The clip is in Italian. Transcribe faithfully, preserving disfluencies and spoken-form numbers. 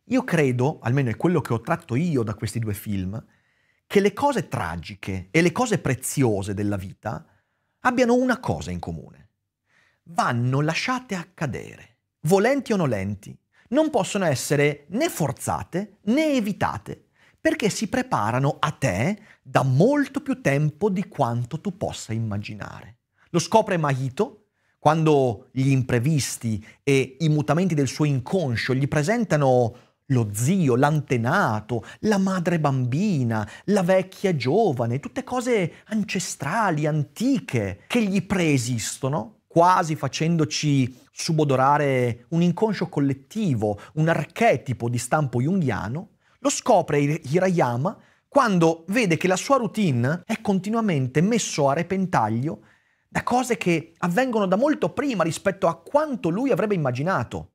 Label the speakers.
Speaker 1: Io credo, almeno è quello che ho tratto io da questi due film, che le cose tragiche e le cose preziose della vita abbiano una cosa in comune. Vanno lasciate accadere, volenti o nolenti. Non possono essere né forzate né evitate, perché si preparano a te da molto più tempo di quanto tu possa immaginare. Lo scopre Mahito quando gli imprevisti e i mutamenti del suo inconscio gli presentano lo zio, l'antenato, la madre bambina, la vecchia giovane, tutte cose ancestrali, antiche, che gli preesistono, quasi facendoci subodorare un inconscio collettivo, un archetipo di stampo junghiano. Lo scopre Hirayama quando vede che la sua routine è continuamente messo a repentaglio da cose che avvengono da molto prima rispetto a quanto lui avrebbe immaginato.